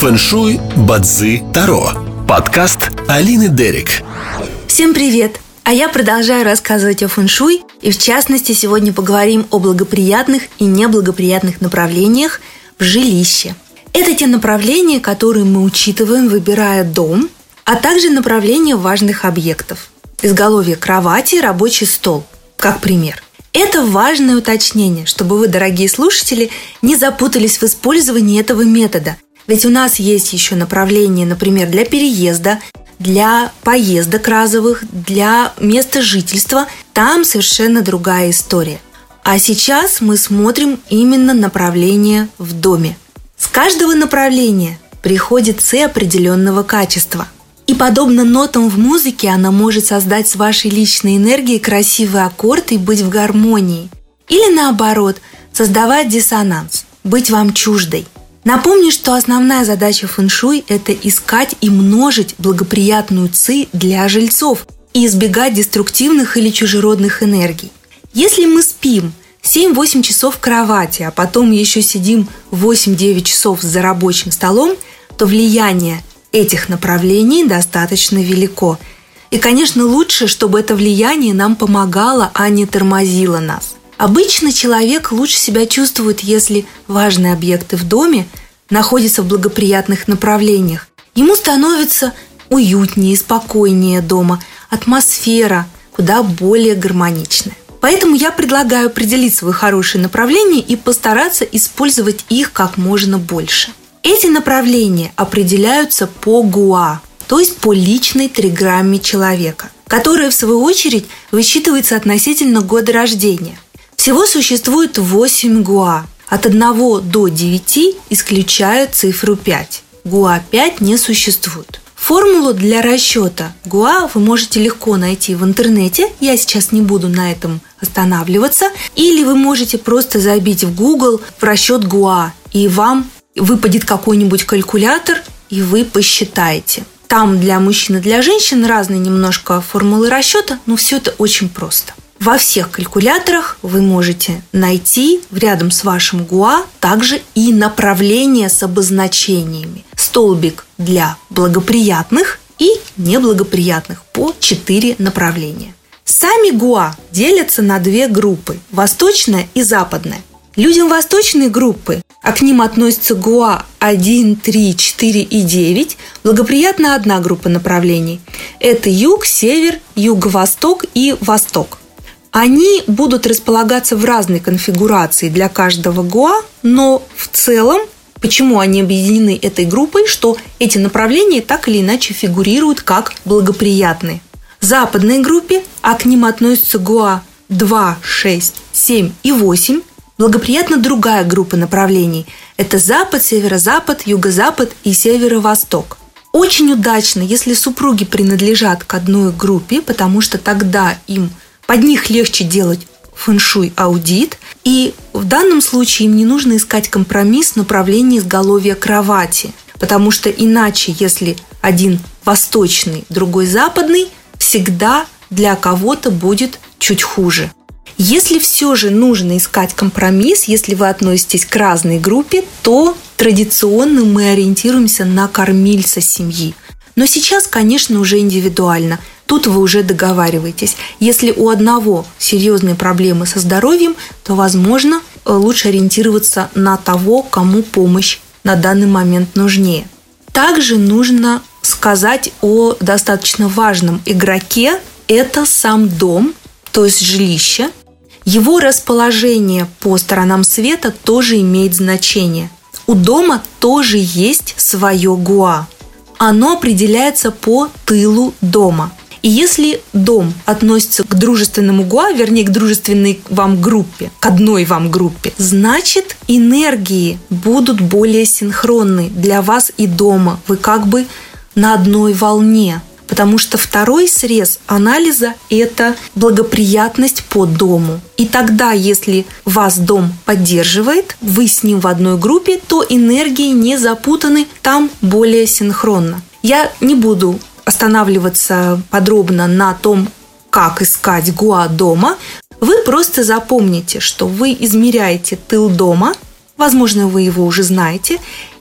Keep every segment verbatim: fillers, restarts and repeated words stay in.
Фэншуй, Бадзи, Таро. Подкаст Алины Дерик. Всем привет! А я продолжаю рассказывать о фэншуй, и в частности сегодня поговорим о благоприятных и неблагоприятных направлениях в жилище. Это те направления, которые мы учитываем, выбирая дом, а также направления важных объектов. Изголовье кровати, рабочий стол, как пример. Это важное уточнение, чтобы вы, дорогие слушатели, не запутались в использовании этого метода. Ведь у нас есть еще направления, например, для переезда, для поездок разовых, для места жительства. Там совершенно другая история. А сейчас мы смотрим именно направление в доме. С каждого направления приходит ци определенного качества. И подобно нотам в музыке, она может создать с вашей личной энергией красивый аккорд и быть в гармонии. Или наоборот, создавать диссонанс, быть вам чуждой. Напомню, что основная задача фэншуй – это искать и множить благоприятную ци для жильцов и избегать деструктивных или чужеродных энергий. Если мы спим семь-восемь часов в кровати, а потом еще сидим восемь-девять часов за рабочим столом, то влияние этих направлений достаточно велико. И, конечно, лучше, чтобы это влияние нам помогало, а не тормозило нас. Обычно человек лучше себя чувствует, если важные объекты в доме находятся в благоприятных направлениях. Ему становится уютнее и спокойнее дома, атмосфера куда более гармоничная. Поэтому я предлагаю определить свои хорошие направления и постараться использовать их как можно больше. Эти направления определяются по гуа, то есть по личной триграмме человека, которая, в свою очередь, высчитывается относительно года рождения. Всего существует восемь гуа. От одного до девяти исключая цифру пять. Гуа пять не существует. Формулу для расчета гуа вы можете легко найти в интернете. Я сейчас не буду на этом останавливаться. Или вы можете просто забить в Google в расчет гуа, и вам выпадет какой-нибудь калькулятор, и вы посчитаете. Там для мужчин и для женщин разные немножко формулы расчета, но все это очень просто. Во всех калькуляторах вы можете найти рядом с вашим гуа также и направления с обозначениями. Столбик для благоприятных и неблагоприятных по четыре направления. Сами гуа делятся на две группы – восточная и западная. Людям восточной группы, а к ним относятся гуа один, три, четыре и девять, благоприятна одна группа направлений. Это юг, север, юго-восток и восток. Они будут располагаться в разной конфигурации для каждого гуа, но в целом, почему они объединены этой группой, что эти направления так или иначе фигурируют как благоприятные. В западной группе, а к ним относятся гуа два, шесть, семь и восемь, благоприятна другая группа направлений. Это запад, северо-запад, юго-запад и северо-восток. Очень удачно, если супруги принадлежат к одной группе, потому что тогда им под них легче делать фэншуй-аудит, и в данном случае им не нужно искать компромисс в направлении изголовья кровати, потому что иначе, если один восточный, другой западный, всегда для кого-то будет чуть хуже. Если все же нужно искать компромисс, если вы относитесь к разной группе, то традиционно мы ориентируемся на кормильца семьи. Но сейчас, конечно, уже индивидуально. Тут вы уже договариваетесь. Если у одного серьезные проблемы со здоровьем, то, возможно, лучше ориентироваться на того, кому помощь на данный момент нужнее. Также нужно сказать о достаточно важном игроке. Это сам дом, то есть жилище. Его расположение по сторонам света тоже имеет значение. У дома тоже есть свое гуа. Оно определяется по тылу дома. И если дом относится к дружественному гуа, вернее, к дружественной вам группе, к одной вам группе, значит, энергии будут более синхронны для вас и дома. Вы как бы на одной волне. Потому что второй срез анализа – это благоприятность по дому. И тогда, если вас дом поддерживает, вы с ним в одной группе, то энергии не запутаны, там более синхронно. Я не буду останавливаться подробно на том, как искать гуа дома. Вы просто запомните, что вы измеряете тыл дома, возможно, вы его уже знаете,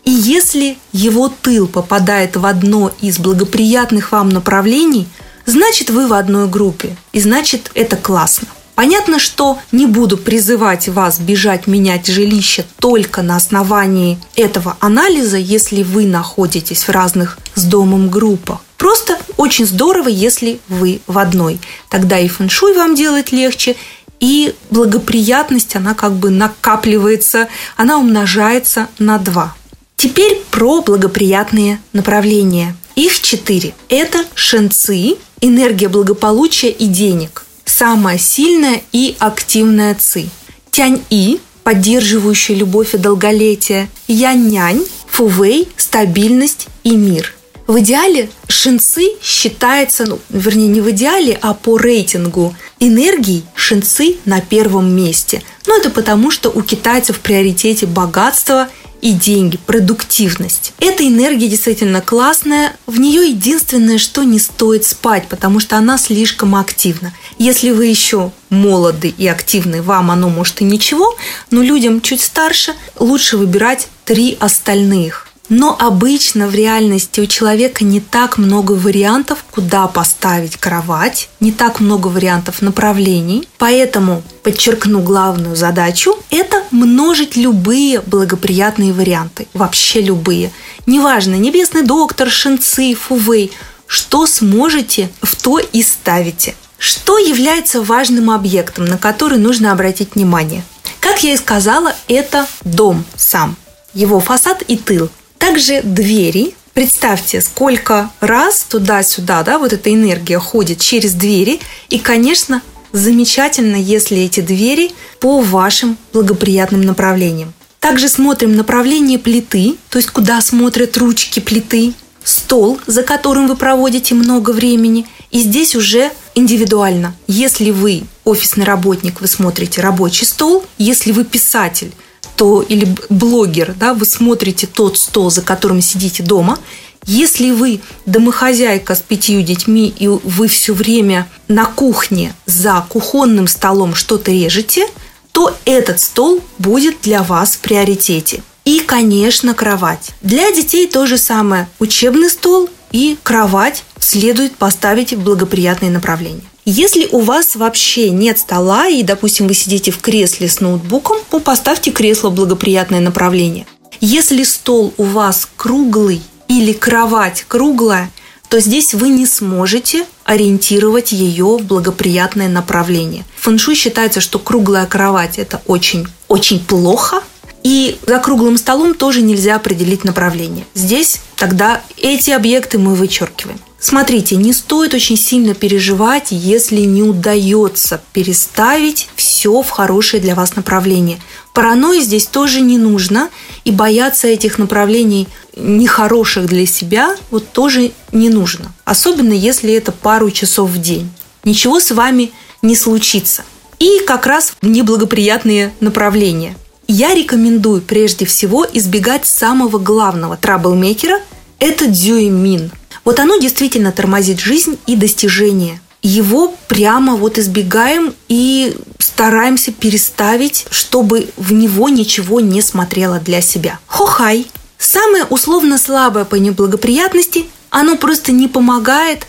И если его тыл попадает в одно из благоприятных вам направлений, значит, вы в одной группе, и значит, это классно. Понятно, что не буду призывать вас бежать менять жилище только на основании этого анализа, если вы находитесь в разных с домом группах. Просто очень здорово, если вы в одной. Тогда и фэншуй вам делать легче, и благоприятность, она как бы накапливается, она умножается на два. Теперь про благоприятные направления. Их четыре. Это шэньци, энергия благополучия и денег. Самая сильная и активная ци. Тянь-и, поддерживающая любовь и долголетие. Янь-нянь, фувэй, стабильность и мир. В идеале шэньци считается, ну, вернее, не в идеале, а по рейтингу энергий шэньци на первом месте. Но это потому, что у китайцев в приоритете богатство и деньги, продуктивность. Эта энергия действительно классная. В нее единственное, что не стоит спать, потому что она слишком активна. Если вы еще молоды и активны, вам оно может и ничего, но людям чуть старше лучше выбирать три остальных. Но обычно в реальности у человека не так много вариантов, куда поставить кровать, не так много вариантов направлений. Поэтому подчеркну главную задачу – это множить любые благоприятные варианты. Вообще любые. Неважно, небесный доктор, шэньци, фувэй. Что сможете, в то и ставите. Что является важным объектом, на который нужно обратить внимание? Как я и сказала, это дом сам, его фасад и тыл. Также двери. Представьте, сколько раз туда-сюда, да, вот эта энергия ходит через двери. И, конечно, замечательно, если эти двери по вашим благоприятным направлениям. Также смотрим направление плиты, то есть куда смотрят ручки плиты, стол, за которым вы проводите много времени. И здесь уже индивидуально. Если вы офисный работник, вы смотрите рабочий стол. Если вы писатель, то или блогер, да, вы смотрите тот стол, за которым сидите дома. Если вы домохозяйка с пятью детьми, и вы все время на кухне за кухонным столом что-то режете, то этот стол будет для вас в приоритете. И, конечно, кровать. Для детей то же самое. Учебный стол и кровать следует поставить в благоприятные направления. Если у вас вообще нет стола, и, допустим, вы сидите в кресле с ноутбуком, то поставьте кресло в благоприятное направление. Если стол у вас круглый или кровать круглая, то здесь вы не сможете ориентировать ее в благоприятное направление. В фэншуй считается, что круглая кровать – это очень, очень плохо. И за круглым столом тоже нельзя определить направление. Здесь тогда эти объекты мы вычеркиваем. Смотрите, не стоит очень сильно переживать, если не удается переставить все в хорошее для вас направление. Паранойи здесь тоже не нужно, и бояться этих направлений нехороших для себя вот тоже не нужно. Особенно если это пару часов в день. Ничего с вами не случится. И как раз в неблагоприятные направления. Я рекомендую прежде всего избегать самого главного траблмейкера – это дзюймин. Вот оно действительно тормозит жизнь и достижения. Его прямо вот избегаем и стараемся переставить, чтобы в него ничего не смотрело для себя. Хохай. Самое условно слабое по неблагоприятности, оно просто не помогает,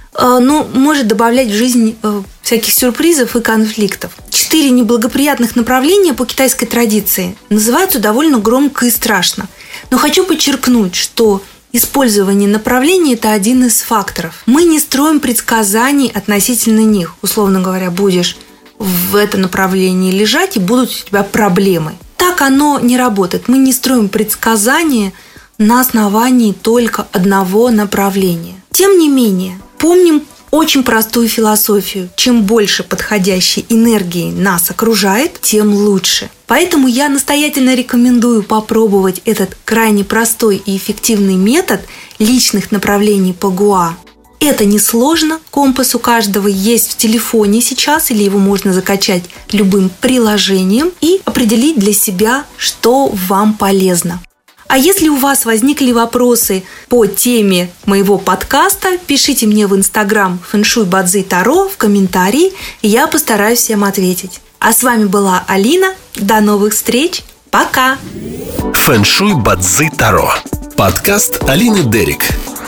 но может добавлять в жизнь всяких сюрпризов и конфликтов. Четыре неблагоприятных направления по китайской традиции называются довольно громко и страшно. Но хочу подчеркнуть, что использование направлений – это один из факторов. Мы не строим предсказаний относительно них. Условно говоря, будешь в этом направлении лежать, и будут у тебя проблемы. Так оно не работает. Мы не строим предсказания на основании только одного направления. Тем не менее, помним очень простую философию. Чем больше подходящей энергии нас окружает, тем лучше. Поэтому я настоятельно рекомендую попробовать этот крайне простой и эффективный метод личных направлений по Гуа. Это несложно, компас у каждого есть в телефоне сейчас, или его можно закачать любым приложением и определить для себя, что вам полезно. А если у вас возникли вопросы по теме моего подкаста, пишите мне в Инстаграм Фэншуй Бадзи Таро в комментарии, и я постараюсь всем ответить. А с вами была Алина. До новых встреч! Пока! Фэншуй Бадзи Таро. Подкаст Алины Дерик.